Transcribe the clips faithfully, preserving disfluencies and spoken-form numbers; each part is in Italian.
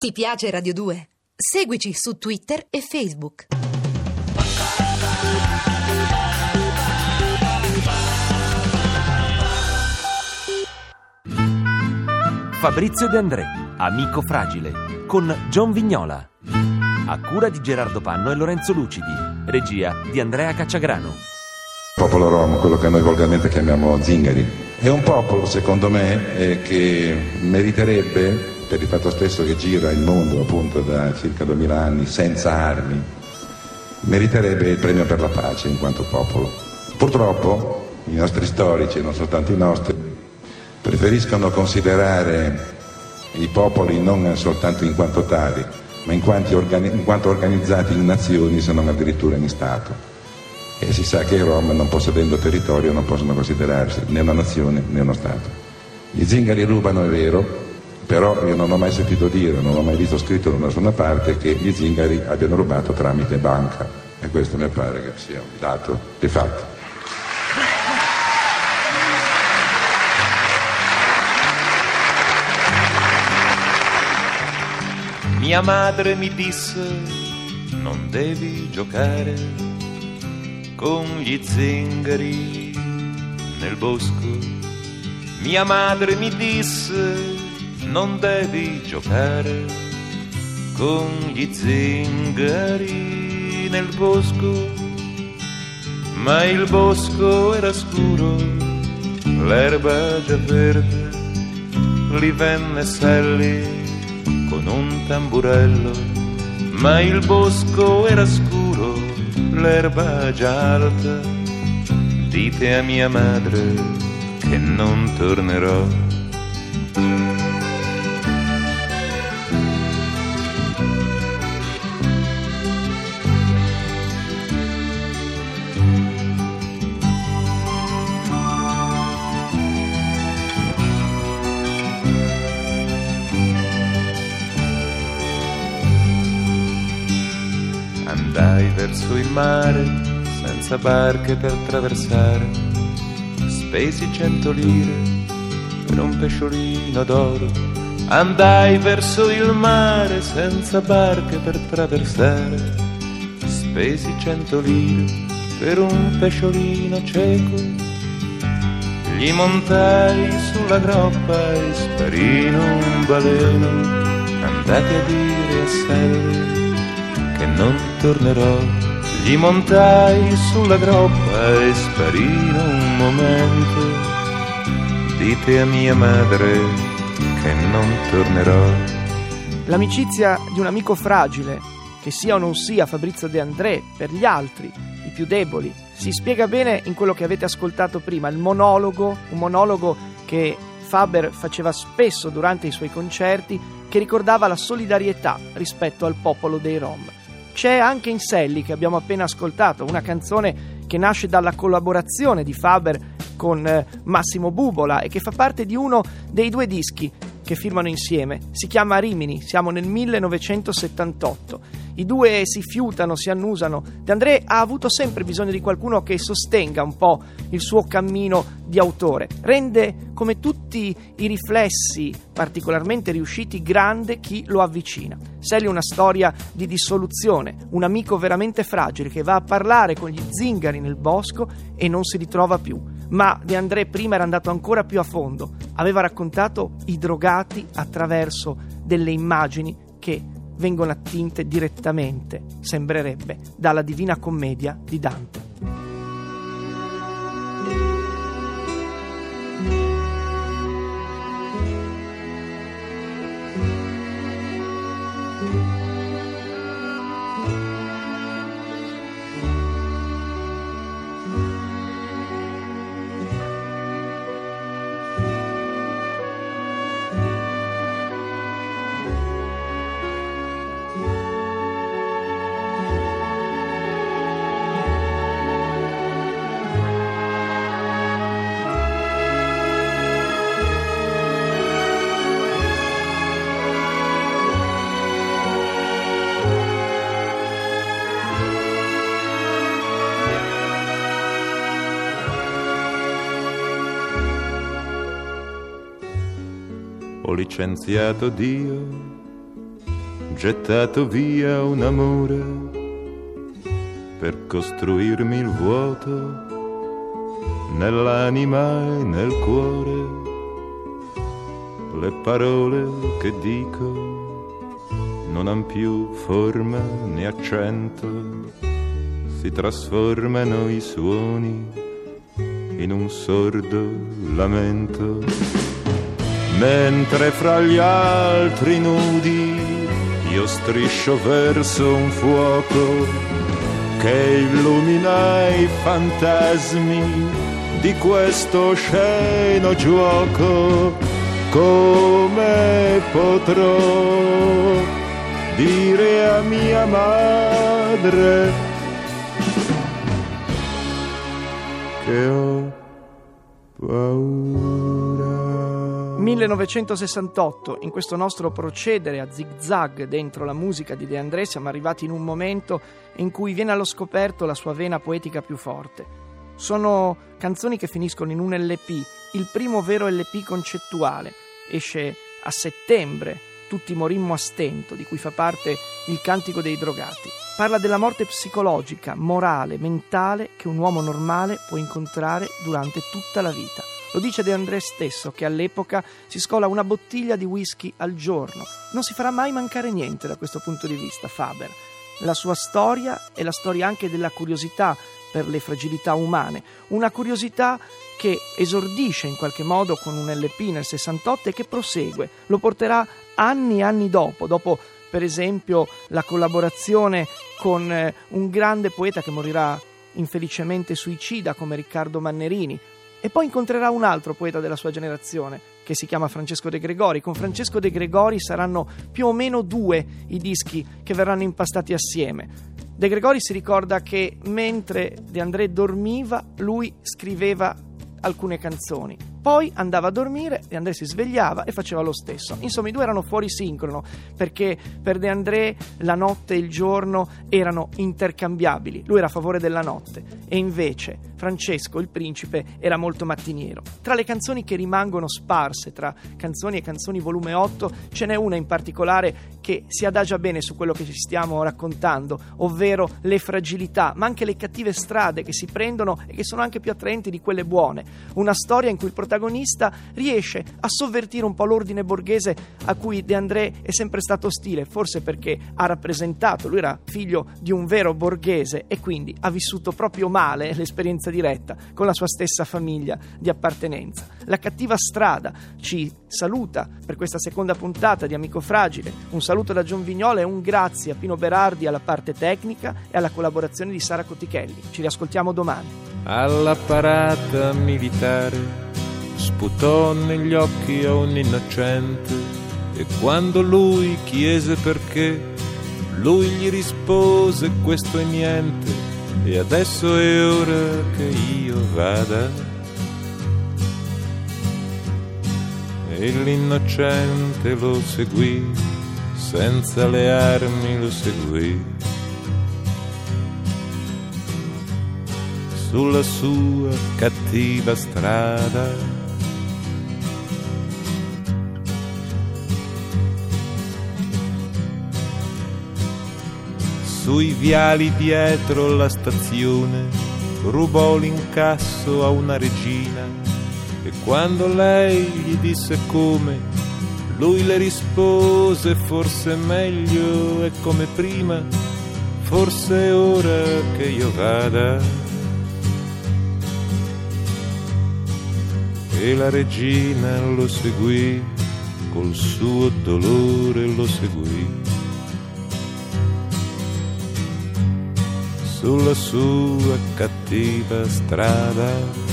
Ti piace Radio due? Seguici su Twitter e Facebook. Fabrizio De André, amico fragile, con John Vignola. A cura di Gerardo Panno e Lorenzo Lucidi. Regia di Andrea Cacciagrano. Il popolo rom, quello che noi volgarmente chiamiamo zingari, è un popolo, secondo me, eh, che meriterebbe, per il fatto stesso che gira il mondo appunto da circa duemila anni senza armi, meriterebbe il premio per la pace in quanto popolo. Purtroppo i nostri storici, e non soltanto i nostri, preferiscono considerare i popoli non soltanto in quanto tali, ma in quanto, organi- in quanto organizzati in nazioni, se non addirittura in Stato. E si sa che i Rom, non possedendo territorio, non possono considerarsi né una nazione né uno Stato. Gli zingari rubano, è vero, però io non ho mai sentito dire, non ho mai visto scritto da nessuna parte che gli zingari abbiano rubato tramite banca. E questo mi pare che sia un dato di fatto. Mia madre mi disse: non devi giocare con gli zingari nel bosco. Mia madre mi disse: non devi giocare con gli zingari nel bosco. Ma il bosco era scuro, l'erba già verde, lì venne Sally con un tamburello. Ma il bosco era scuro, l'erba già alta. Dite a mia madre che non tornerò. Andai verso il mare senza barche per traversare, spesi cento lire per un pesciolino d'oro. Andai verso il mare senza barche per traversare, spesi cento lire per un pesciolino cieco. Gli montai sulla groppa e sparì in un baleno. Andate a dire a Sally che non tornerò. Gli montai sulla groppa e sparì in un momento. Dite a mia madre che non tornerò. L'amicizia di un amico fragile, che sia o non sia Fabrizio De André, per gli altri, i più deboli, si spiega bene in quello che avete ascoltato prima, il monologo, un monologo che Faber faceva spesso durante i suoi concerti, che ricordava la solidarietà rispetto al popolo dei Rom. C'è anche in Sally, che abbiamo appena ascoltato, una canzone che nasce dalla collaborazione di Faber con eh, Massimo Bubola e che fa parte di uno dei due dischi che firmano insieme. Si chiama Rimini, siamo nel millenovecentosettantotto. I due si fiutano, si annusano. De André ha avuto sempre bisogno di qualcuno che sostenga un po' il suo cammino di autore. Rende, come tutti i riflessi particolarmente riusciti, grande chi lo avvicina. Sally è una storia di dissoluzione, un amico veramente fragile che va a parlare con gli zingari nel bosco e non si ritrova più. Ma De André prima era andato ancora più a fondo. Aveva raccontato i drogati attraverso delle immagini che vengono attinte direttamente, sembrerebbe, dalla Divina Commedia di Dante. Ho licenziato Dio gettato via un amore per costruirmi il vuoto nell'anima e nel cuore. Le parole che dico non han più forma né accento, si trasformano i suoni in un sordo lamento. Mentre fra gli altri nudi io striscio verso un fuoco che illumina i fantasmi di questo sceno gioco. Come potrò dire a mia madre che ho paura? millenovecentosessantotto, in questo nostro procedere a zig-zag dentro la musica di De André siamo arrivati in un momento in cui viene allo scoperto la sua vena poetica più forte. Sono canzoni che finiscono in un L P, il primo vero L P concettuale. Esce a settembre, Tutti morimmo a stento, di cui fa parte il Cantico dei drogati. Parla della morte psicologica, morale, mentale che un uomo normale può incontrare durante tutta la vita. Lo dice De André stesso, che all'epoca si scola una bottiglia di whisky al giorno. Non si farà mai mancare niente da questo punto di vista, Faber. La sua storia è la storia anche della curiosità per le fragilità umane, una curiosità che esordisce in qualche modo con un L P nel sessantotto e che prosegue, lo porterà anni e anni dopo, dopo per esempio la collaborazione con eh, un grande poeta che morirà infelicemente suicida come Riccardo Mannerini, e poi incontrerà un altro poeta della sua generazione che si chiama Francesco De Gregori. Con Francesco De Gregori saranno più o meno due i dischi che verranno impastati assieme. De Gregori si ricorda che mentre De André dormiva lui scriveva alcune canzoni, poi andava a dormire, De André si svegliava e faceva lo stesso. Insomma, i due erano fuori sincrono, perché per De André la notte e il giorno erano intercambiabili. Lui era a favore della notte e invece Francesco, il principe, era molto mattiniero. Tra le canzoni che rimangono sparse, tra Canzoni e Canzoni volume otto, ce n'è una in particolare che si adagia bene su quello che ci stiamo raccontando, ovvero le fragilità, ma anche le cattive strade che si prendono e che sono anche più attraenti di quelle buone. Una storia in cui il protagonista riesce a sovvertire un po' l'ordine borghese a cui De André è sempre stato ostile, forse perché ha rappresentato, lui era figlio di un vero borghese e quindi ha vissuto proprio male l'esperienza diretta con la sua stessa famiglia di appartenenza. La cattiva strada ci saluta per questa seconda puntata di Amico Fragile. Un saluto da John Vignola e un grazie a Pino Berardi alla parte tecnica e alla collaborazione di Sara Cotichelli. Ci riascoltiamo domani. Alla parata militare sputò negli occhi a un innocente e quando lui chiese perché, lui gli rispose: questo è niente e adesso è ora che io vada. E l'innocente lo seguì, senza le armi lo seguì, sulla sua cattiva strada. Sui viali dietro la stazione rubò l'incasso a una regina e quando lei gli disse come, lui le rispose: forse è meglio, è come prima, forse è ora che io vada. E la regina lo seguì, col suo dolore lo seguì, sulla sua cattiva strada.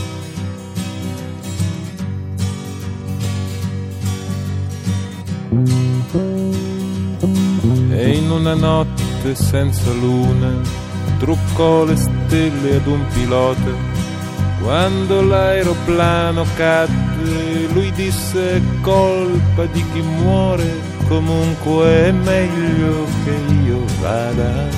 E in una notte senza luna truccò le stelle ad un pilota. Quando l'aeroplano cadde, lui disse: è colpa di chi muore, comunque è meglio che io vada.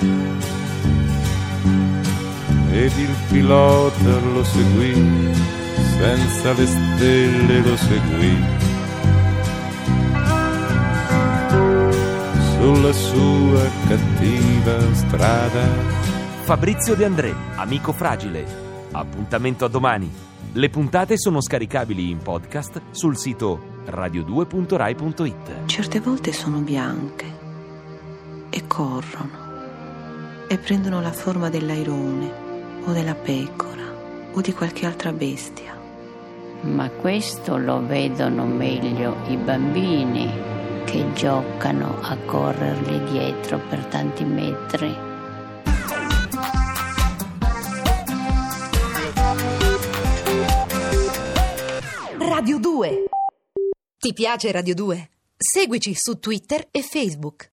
Ed il pilota lo seguì, senza le stelle lo seguì, sulla sua cattiva strada. Fabrizio De André, amico fragile. Appuntamento a domani. Le puntate sono scaricabili in podcast sul sito radio due punto rai punto it. Certe volte sono bianche e corrono e prendono la forma dell'airone o della pecora o di qualche altra bestia. Ma questo lo vedono meglio i bambini che giocano a correrli dietro per tanti metri. Radio due. Ti piace Radio due? Seguici su Twitter e Facebook.